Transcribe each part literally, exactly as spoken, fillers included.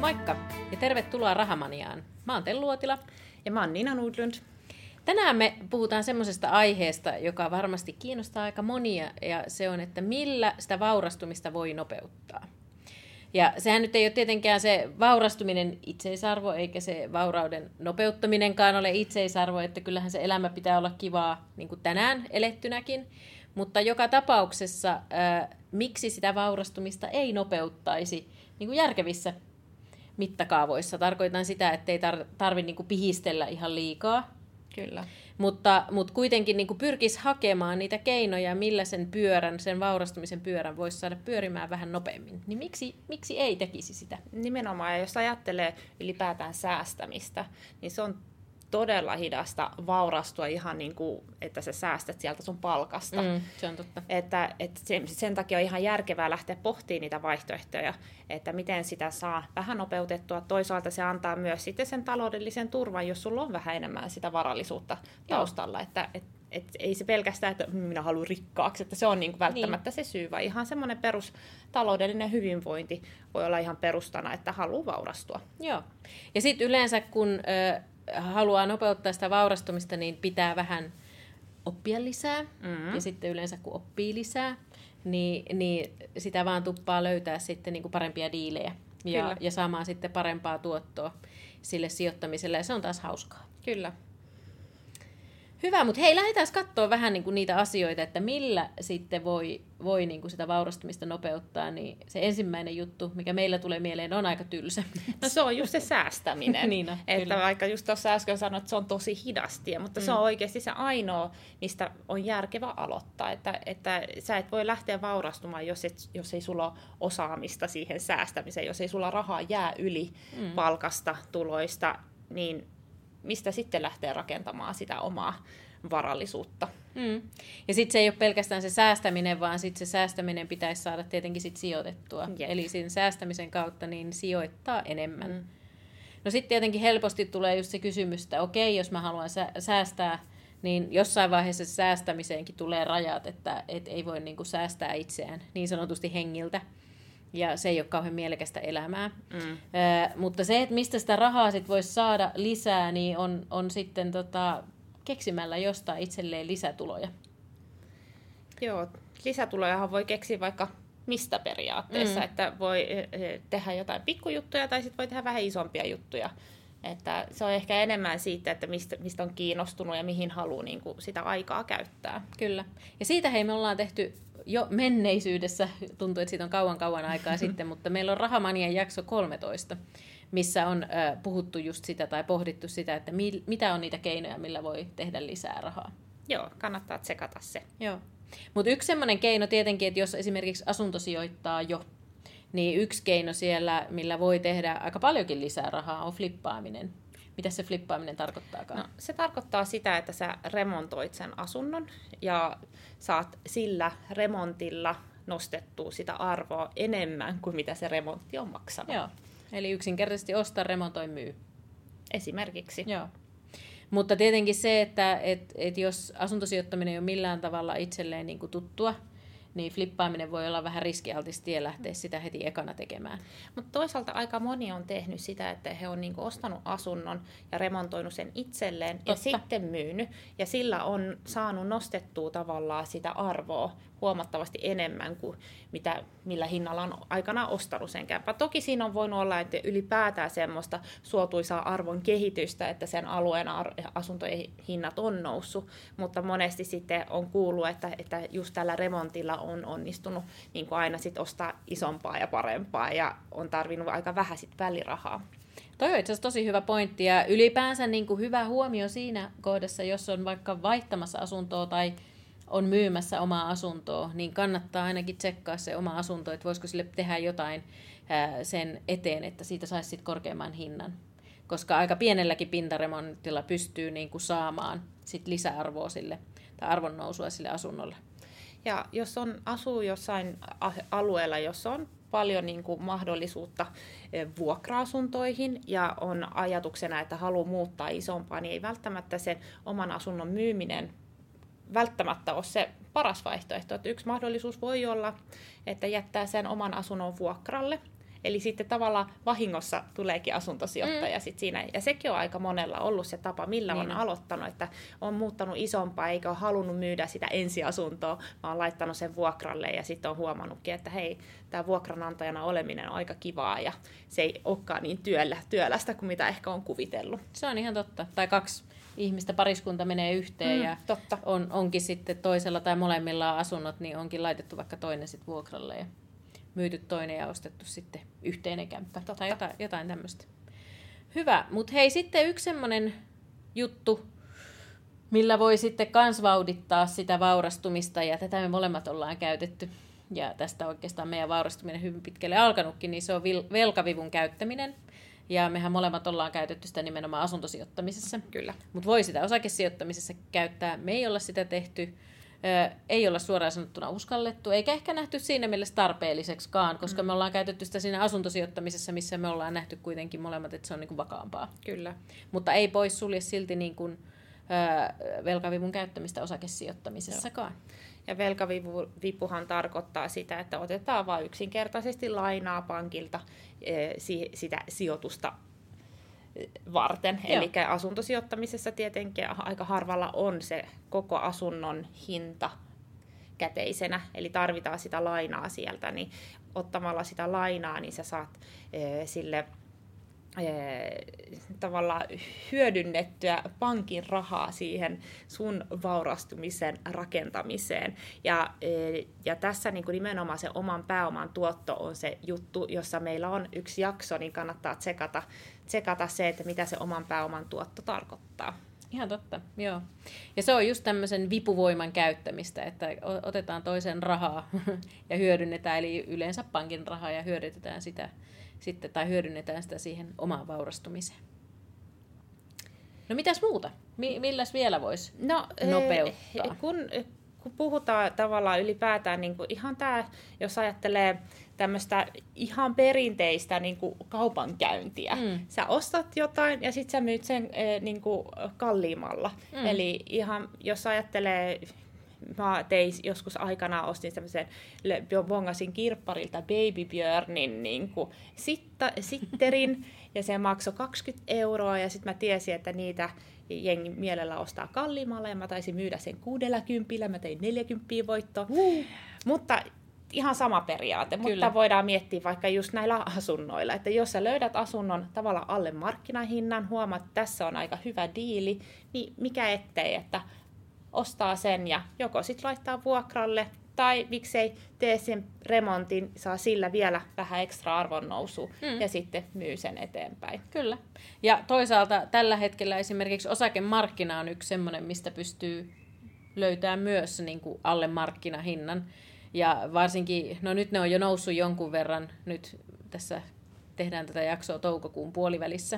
Moikka ja tervetuloa Rahamaniaan. Mä oon Tellu Uotila. Ja mä oon Nina Nudlund. Tänään me puhutaan semmoisesta aiheesta, joka varmasti kiinnostaa aika monia, ja se on, että millä sitä vaurastumista voi nopeuttaa. Ja sehän nyt ei ole tietenkään se vaurastuminen itseisarvo, eikä se vaurauden nopeuttaminenkaan ole itseisarvo, että kyllähän se elämä pitää olla kivaa niin kuin tänään elettynäkin. Mutta joka tapauksessa, ää, miksi sitä vaurastumista ei nopeuttaisi niin kuin järkevissä mittakaavoissa? Tarkoitan sitä, että ei tar- tarvitse niin kuin pihistellä ihan liikaa. Kyllä. Mutta, mutta kuitenkin niin kuin pyrkisi hakemaan niitä keinoja, millä sen pyörän, sen vaurastumisen pyörän voisi saada pyörimään vähän nopeammin. Niin miksi, miksi ei tekisi sitä? Nimenomaan, ja jos ajattelee ylipäätään säästämistä, niin se on todella hidasta vaurastua ihan niin kuin, että sä säästät sieltä sun palkasta. Mm, se on totta. Että, että sen, sen takia on ihan järkevää lähteä pohtimaan niitä vaihtoehtoja, että miten sitä saa vähän nopeutettua. Toisaalta se antaa myös sitten sen taloudellisen turvan, jos sulla on vähän enemmän sitä varallisuutta taustalla. Että et, et ei se pelkästään, että minä haluan rikkaaksi, että se on niin kuin välttämättä niin se syy, vaan ihan semmoinen perustaloudellinen hyvinvointi voi olla ihan perustana, että haluaa vaurastua. Joo. Ja sitten yleensä kun Ö, haluaa nopeuttaa sitä vaurastumista, niin pitää vähän oppia lisää. Mm-hmm. Ja sitten yleensä kun oppii lisää, niin, niin sitä vaan tuppaa löytää sitten niin kuin parempia diilejä. Ja, ja saamaan sitten parempaa tuottoa sille sijoittamiselle. Ja se on taas hauskaa. Kyllä. Hyvä, mutta hei, lähdetään katsoa vähän niin kuin niitä asioita, että millä sitten voi, voi niin kuin sitä vaurastumista nopeuttaa. Niin se ensimmäinen juttu, mikä meillä tulee mieleen, on aika tylsä. No se on just se säästäminen. niin on, että kyllä. Vaikka just tuossa äsken sanoin, että se on tosi hidastia, mutta mm. se on oikeasti se ainoa, mistä on järkevä aloittaa. Että, että sä et voi lähteä vaurastumaan, jos, et, jos ei sulla ole osaamista siihen säästämiseen, jos ei sulla rahaa jää yli mm. palkasta, tuloista, niin mistä sitten lähtee rakentamaan sitä omaa varallisuutta. Mm. Ja sitten se ei ole pelkästään se säästäminen, vaan sitten se säästäminen pitäisi saada tietenkin sit sijoitettua. Jep. Eli sen säästämisen kautta niin sijoittaa enemmän. Mm. No sitten tietenkin helposti tulee just se kysymys, että okei, jos mä haluan säästää, niin jossain vaiheessa säästämiseenkin tulee rajat, että et ei voi niinku säästää itseään niin sanotusti hengiltä. Ja se ei ole kauhean mielekästä elämää. Mm. Ö, mutta se, että mistä sitä rahaa sit voisi saada lisää, niin on, on sitten tota, keksimällä jostain itselleen lisätuloja. Joo, lisätulojahan voi keksiä vaikka mistä periaatteessa. Mm. Että voi tehdä jotain pikkujuttuja tai sitten voi tehdä vähän isompia juttuja. Että se on ehkä enemmän siitä, että mistä, mistä on kiinnostunut ja mihin haluaa niin kuin sitä aikaa käyttää. Kyllä. Ja siitä hei me ollaan tehty jo menneisyydessä, tuntuu, että siitä on kauan kauan aikaa sitten, mutta meillä on Rahamanian jakso kolmetoista, missä on äh, puhuttu just sitä tai pohdittu sitä, että mi- mitä on niitä keinoja, millä voi tehdä lisää rahaa. Joo, kannattaa tsekata se. Joo. Mutta yksi semmoinen keino tietenkin, että jos esimerkiksi asunto sijoittaa jo, niin yksi keino siellä, millä voi tehdä aika paljonkin lisää rahaa, on flippaaminen. Mitä se flippaaminen tarkoittaakaan? No, se tarkoittaa sitä, että sä remontoit sen asunnon ja saat sillä remontilla nostettua sitä arvoa enemmän kuin mitä se remontti on maksanut. Joo, eli yksinkertaisesti osta, remontoi, myy. Esimerkiksi. Joo. Mutta tietenkin se, että et, et jos asuntosijoittaminen ei ole millään tavalla itselleen niin kuin tuttua, niin flippaaminen voi olla vähän riskialtis tie lähteä sitä heti ekana tekemään. Mutta toisaalta aika moni on tehnyt sitä, että he on niinku ostanut asunnon ja remontoinut sen itselleen Totta. ja sitten myynyt. Ja sillä on saanut nostettua tavallaan sitä arvoa huomattavasti enemmän kuin mitä, millä hinnalla on aikanaan ostanut sen kämpän. Toki siinä on voinut olla että ylipäätään semmoista suotuisaa arvon kehitystä, että sen alueen ar- asuntojen hinnat on noussut, mutta monesti sitten on kuullut, että, että just tällä remontilla on onnistunut niin kuin aina sit ostaa isompaa ja parempaa ja on tarvinnut aika vähän sit välirahaa. Toi on itse asiassa tosi hyvä pointti ja ylipäänsä niin kuin hyvä huomio siinä kohdassa, jos on vaikka vaihtamassa asuntoa tai on myymässä omaa asuntoa, niin kannattaa ainakin tsekkaa se oma asunto, että voisiko sille tehdä jotain ää, sen eteen, että siitä saisi sit korkeamman hinnan. Koska aika pienelläkin pintaremontilla pystyy niin kuin saamaan sit lisäarvoa sille tai arvonnousua sille asunnolle. Ja jos on asuu jossain alueella, jossa on paljon niin kuin mahdollisuutta vuokra-asuntoihin ja on ajatuksena, että haluaa muuttaa isompaa, niin ei välttämättä sen oman asunnon myyminen välttämättä ole se paras vaihtoehto. Että yksi mahdollisuus voi olla, että jättää sen oman asunnon vuokralle, Eli sitten tavallaan vahingossa tuleekin asuntosijoittaja Mm. sit siinä. Ja sekin on aika monella ollut se tapa, millä Niin on on. aloittanut, että on muuttanut isompaa eikä ole halunnut myydä sitä ensiasuntoa, vaan on laittanut sen vuokralle ja sitten on huomannutkin, että hei, tämä vuokranantajana oleminen on aika kivaa ja se ei olekaan niin työllä, työlästä kuin mitä ehkä on kuvitellut. Se on ihan totta. Tai kaksi ihmistä, pariskunta menee yhteen Mm, ja totta. On, onkin sitten toisella tai molemmilla asunnot, niin onkin laitettu vaikka toinen sitten vuokralle ja myyty toinen ja ostettu sitten yhteinen kämppä. Totta. Tai jotain, jotain tämmöistä. Hyvä, mutta hei sitten yksi semmoinen juttu, millä voi sitten kans vauhdittaa sitä vaurastumista, ja tätä me molemmat ollaan käytetty, ja tästä oikeastaan meidän vaurastuminen hyvin pitkälle alkanutkin, niin se on vil- velkavivun käyttäminen, ja mehän molemmat ollaan käytetty sitä nimenomaan asuntosijoittamisessa. Kyllä. Mutta voi sitä osakesijoittamisessa käyttää, me ei olla sitä tehty, ö, ei olla suoraan sanottuna uskallettu, eikä ehkä nähty siinä mielessä tarpeelliseksikaan, koska mm. me ollaan käytetty sitä siinä asuntosijoittamisessa, missä me ollaan nähty kuitenkin molemmat, että se on niinku vakaampaa. Kyllä. Mutta ei pois sulje silti niin kuin, ö, velkavivun käyttämistä osakesijoittamisessakaan. Ja velkavipuhan tarkoittaa sitä, että otetaan vain yksinkertaisesti lainaa pankilta eh, si- sitä sijoitusta varten. Eli asuntosijoittamisessa tietenkin aika harvalla on se koko asunnon hinta käteisenä, eli tarvitaan sitä lainaa sieltä, niin ottamalla sitä lainaa, niin sä saat eh, sille tavallaan hyödynnettyä pankin rahaa siihen sun vaurastumisen rakentamiseen. Ja, ja tässä niin kuin nimenomaan se oman pääoman tuotto on se juttu, jossa meillä on yksi jakso, niin kannattaa tsekata, tsekata se, että mitä se oman pääoman tuotto tarkoittaa. Ihan totta, joo. Ja se on just tämmöisen vipuvoiman käyttämistä, että otetaan toisen rahaa ja hyödynnetään, eli yleensä pankin rahaa ja hyödynnetään sitä sitten, tai hyödynnetään sitä siihen omaan vaurastumiseen. No mitäs muuta? Mi- milläs vielä voisi no, nopeuttaa? Kun, kun puhutaan tavallaan ylipäätään, niin kuin ihan tämä, jos ajattelee tämmöistä ihan perinteistä niin kuin kaupankäyntiä. Mm. Sä ostat jotain ja sitten sä myyt sen niin kuin kalliimmalla. Mm. Eli ihan, jos ajattelee, mä tein joskus aikanaan, ostin semmoisen, bongasin kirpparilta Baby Björnin niin kuin sitta, sitterin, ja se maksoi kaksikymmentä euroa, ja sitten mä tiesin, että niitä jengi mielellä ostaa kalliimmalla, ja mä taisin myydä sen kuudella mä tein neljäkymmentä voittoa. Uh. Mutta ihan sama periaate, Kyllä. mutta voidaan miettiä vaikka just näillä asunnoilla, että jos sä löydät asunnon tavallaan alle markkinahinnan, huomaat, että tässä on aika hyvä diili, niin mikä ettei, että ostaa sen ja joko sitten laittaa vuokralle, tai miksei tee sen remontin, saa sillä vielä vähän ekstra arvonnousua mm. ja sitten myy sen eteenpäin. Kyllä. Ja toisaalta tällä hetkellä esimerkiksi osakemarkkina on yksi semmoinen, mistä pystyy löytämään myös niin kuin alle markkinahinnan. Ja varsinkin, no nyt ne on jo noussut jonkun verran, nyt tässä tehdään tätä jaksoa toukokuun puolivälissä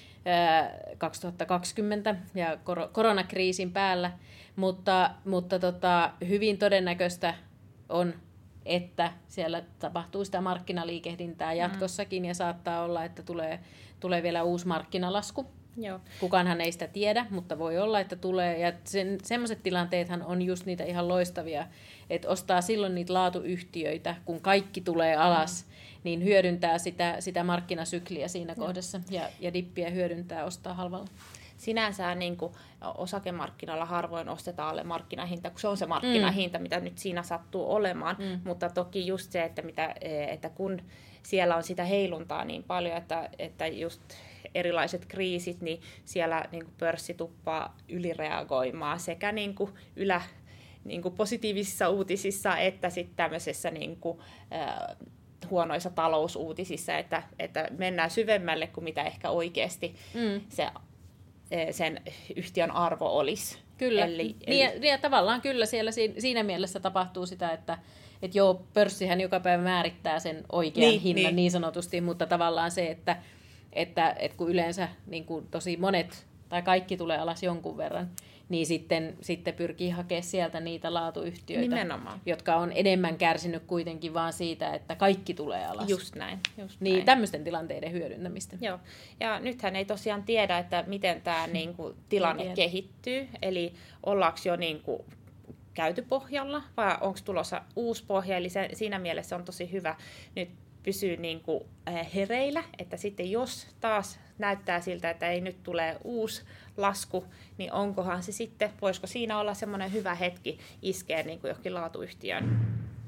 kaksituhattakaksikymmentä ja kor- koronakriisin päällä, mutta, mutta tota, hyvin todennäköistä on, että siellä tapahtuu sitä markkinaliikehdintää jatkossakin ja saattaa olla, että tulee, tulee vielä uusi markkinalasku. Joo. Kukaanhan ei sitä tiedä, mutta voi olla, että tulee. Ja sen, semmoiset tilanteethan on just niitä ihan loistavia, että ostaa silloin niitä laatuyhtiöitä, kun kaikki tulee alas, mm. niin hyödyntää sitä, sitä markkinasykliä siinä mm. kohdassa ja, ja dippiä hyödyntää ostaa halvalla. Sinänsä niin kuin osakemarkkinoilla harvoin ostetaan alle markkinahinta, kun se on se markkinahinta, mm. mitä nyt siinä sattuu olemaan. Mm. Mutta toki just se, että, mitä, että kun siellä on sitä heiluntaa niin paljon, että, että just erilaiset kriisit, niin siellä niin kuin pörssi tuppaa ylireagoimaan sekä niin kuin ylä, niin kuin positiivisissa uutisissa että sitten tämmöisessä niin kuin, äh, huonoissa talousuutisissa, että, että mennään syvemmälle kuin mitä ehkä oikeasti mm. se, sen yhtiön arvo olisi. Kyllä, eli, niin, eli... Ja, ja tavallaan kyllä siellä siinä mielessä tapahtuu sitä, että et joo, pörssihän joka päivä määrittää sen oikean niin, hinnan niin. niin sanotusti, mutta tavallaan se, että Että, että kun yleensä niin kuin tosi monet tai kaikki tulee alas jonkun verran, niin sitten, sitten pyrkii hakemaan sieltä niitä laatuyhtiöitä, Nimenomaan. jotka on enemmän kärsinyt kuitenkin vaan siitä, että kaikki tulee alas. Just näin. Just niin näin. Tämmöisten tilanteiden hyödyntämistä. Joo. Ja nythän ei tosiaan tiedä, että miten tämä niin kuin, tilanne kehittyy, eli ollaanko jo niin kuin, käyty pohjalla vai onko tulossa uusi pohja, eli se, siinä mielessä on tosi hyvä nyt pysyä niin kuin hereillä, että sitten jos taas näyttää siltä, että ei nyt tule uusi lasku, niin onkohan se sitten, voisiko siinä olla semmoinen hyvä hetki iskeä niin kuin johonkin laatuyhtiön?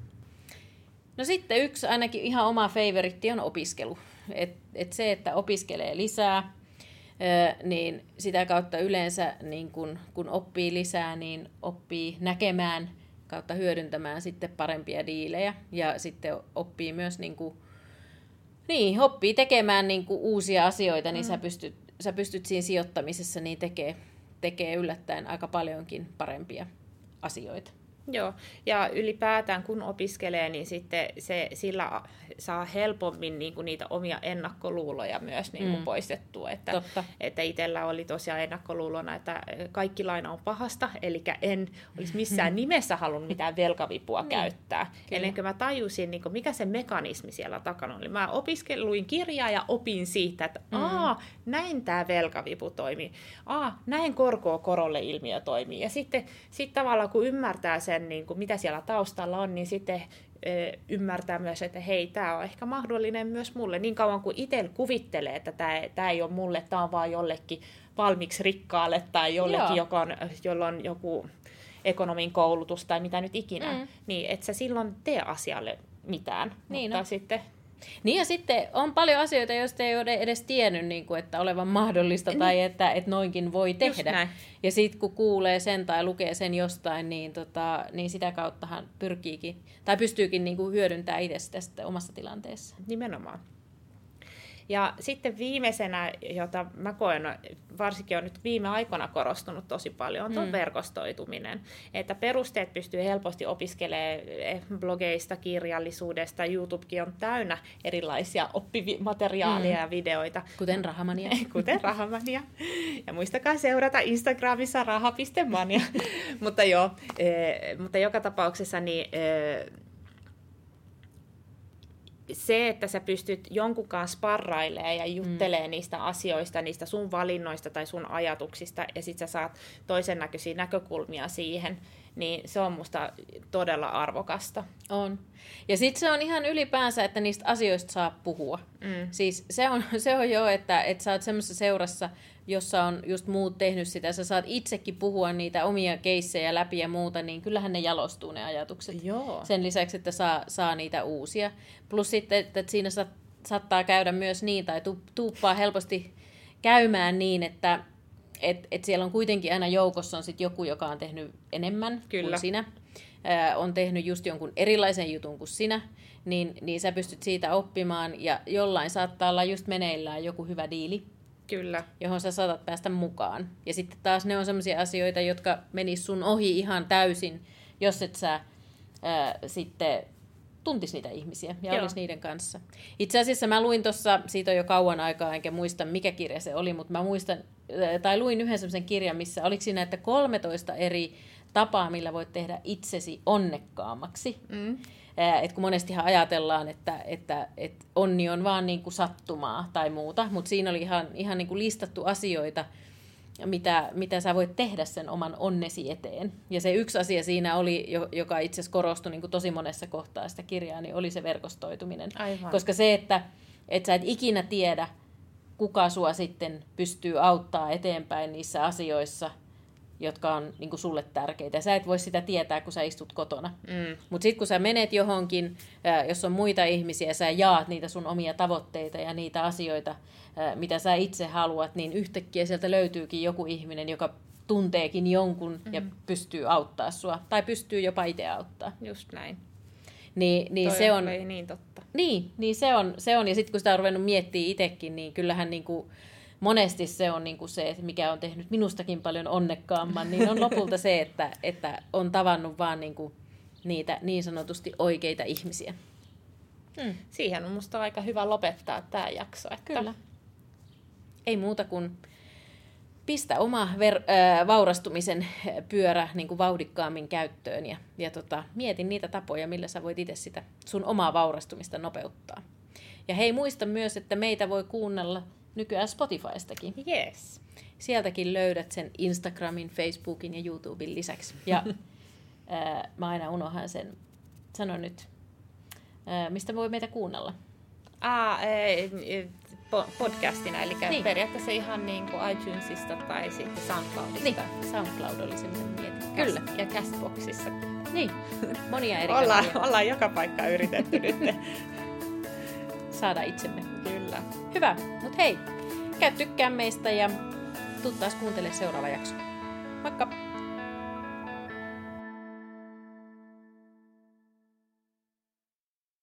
No sitten yksi ainakin ihan oma favoritti on opiskelu. Et, et se, että opiskelee lisää, niin sitä kautta yleensä niin kun, kun oppii lisää, niin oppii näkemään kautta hyödyntämään sitten parempia diilejä ja sitten oppii myös niin kuin, niin, oppii tekemään niin kuin uusia asioita, niin mm. sä, pystyt, sä pystyt siinä sijoittamisessa niin tekee, tekee yllättäen aika paljonkin parempia asioita. Joo, ja ylipäätään kun opiskelee, niin sitten se, sillä saa helpommin niin kuin niitä omia ennakkoluuloja myös niin kuin mm. poistettua. Että, että itsellä oli tosiaan ennakkoluulona, että kaikki laina on pahasta, eli en olisi missään nimessä halunnut mitään velkavipua käyttää. Kyllä. Ennen kuin mä tajusin, niin kuin mikä se mekanismi siellä takana oli. Mä opiskeluin kirjaa ja opin siitä, että mm. aa, näin tämä velkavipu toimii. Aa, näin korkoa korolle ilmiö toimii. Ja sitten sit tavallaan kun ymmärtää sen, niin kuin mitä siellä taustalla on, niin sitten e, ymmärtää myös, että hei, tämä on ehkä mahdollinen myös mulle. Niin kauan kuin itse kuvittelee, että tämä, tämä ei ole mulle, tämä on vaan jollekin valmiiksi rikkaalle tai jollekin, joka on, jolla on joku ekonomin koulutus tai mitä nyt ikinä, mm. niin et sä silloin tee asialle mitään. Niin mutta no. sitten... Niin ja sitten on paljon asioita, joista ei ole edes tiennyt, niin kuin, että olevan mahdollista tai niin. että, että noinkin voi tehdä. Ja sitten kun kuulee sen tai lukee sen jostain, niin, tota, niin sitä kauttahan pyrkiikin tai pystyykin niin kuin hyödyntämään itse sitä, sitä omassa tilanteessa. Nimenomaan. Ja sitten viimeisenä, jota mä koen, varsinkin on nyt viime aikoina korostunut tosi paljon, on tuon mm. verkostoituminen. Että perusteet pystyy helposti opiskelemaan blogeista, kirjallisuudesta, YouTubekin on täynnä erilaisia oppimateriaaleja mm. ja videoita. Kuten Rahamania. Kuten Rahamania. Ja muistakaa seurata Instagramissa raha piste mania. mutta joo, e, mutta joka tapauksessa niin... E, se, että sä pystyt jonkun kanssa sparrailemaan ja juttelee mm. niistä asioista, niistä sun valinnoista tai sun ajatuksista, ja sit sä saat toisen näköisiä näkökulmia siihen, niin se on musta todella arvokasta. On. Ja sitten se on ihan ylipäänsä, että niistä asioista saa puhua. Mm. Siis se on, se on jo, että, että sä oot semmoisessa seurassa, jossa on just muut tehnyt sitä, sä saat itsekin puhua niitä omia keissejä läpi ja muuta, niin kyllähän ne jalostuu ne ajatukset. Joo. Sen lisäksi, että saa, saa niitä uusia. Plus sitten, että siinä saat, saattaa käydä myös niin, tai tu, tuuppaa helposti käymään niin, että et, et siellä on kuitenkin aina joukossa on sit joku, joka on tehnyt enemmän Kyllä. kuin sinä. Ää, on tehnyt just jonkun erilaisen jutun kuin sinä, niin, niin sä pystyt siitä oppimaan, ja jollain saattaa olla just meneillään joku hyvä diili. Kyllä. Johon sä saatat päästä mukaan. Ja sitten taas ne on sellaisia asioita, jotka menis sun ohi ihan täysin, jos et sä ää, sitten tuntis niitä ihmisiä ja Joo. olisi niiden kanssa. Itse asiassa mä luin tuossa, siitä on jo kauan aikaa, enkä muista mikä kirja se oli, mutta mä muistan, tai luin yhden sellaisen kirjan, missä oliko siinä, että kolmetoista eri tapaa, millä voit tehdä itsesi onnekkaammaksi. Mm. Et kun monestihan ajatellaan, että, että, että onni on vaan niin kuin sattumaa tai muuta, mutta siinä oli ihan, ihan niin kuin listattu asioita, mitä, mitä sä voit tehdä sen oman onnesi eteen. Ja se yksi asia siinä oli, joka itse asiassa korostui niin kuin tosi monessa kohtaa sitä kirjaa, niin oli se verkostoituminen. Aivan. Koska se, että, että sä et ikinä tiedä, kuka sua sitten pystyy auttaa eteenpäin niissä asioissa, jotka on niin kuin sulle tärkeitä. Sä et voi sitä tietää, kun sä istut kotona. Mm. Mutta sitten kun sä menet johonkin, jos on muita ihmisiä, sä jaat niitä sun omia tavoitteita ja niitä asioita, mitä sä itse haluat, niin yhtäkkiä sieltä löytyykin joku ihminen, joka tunteekin jonkun mm. ja pystyy auttaa sua. Tai pystyy jopa itse auttaa. Just näin. Niin, niin Toi se on ei niin totta. Niin, niin se on. Se on. Ja sitten kun sitä on ruvennut miettimään itsekin, niin kyllähän niin kuin monesti se on niin kuin se, että mikä on tehnyt minustakin paljon onnekkaamman, niin on lopulta se, että, että on tavannut vaan niin kuin niitä niin sanotusti oikeita ihmisiä. Hmm. Siihen on musta aika hyvä lopettaa tämä jakso. Että... Kyllä. Ei muuta kuin pistä oma ver- äh, vaurastumisen pyörä niin kuin vauhdikkaammin käyttöön ja, ja tota, mietin niitä tapoja, millä sä voit itse sitä sun omaa vaurastumista nopeuttaa. Ja hei, muista myös, että meitä voi kuunnella nykyään Spotifystakin. Yes. Sieltäkin löydät sen Instagramin, Facebookin ja YouTuben lisäksi. Ja ää, mä aina unohan sen. Sano nyt, ää, mistä voi meitä kuunnella? Aa, e, podcastina, eli niin. periaatteessa ihan niin kuin iTunesista tai sitten SoundCloudista. Niin, SoundCloud oli semmoinen mietin. Kyllä. Ja Castboxissa. Niin, monia eri ollaan, ollaan joka paikka yritetty nyt saada itsemme. Kyllä. Hyvä, mut hei, käy tykkää meistä ja tuu taas kuuntele seuraava jakso. Moikka!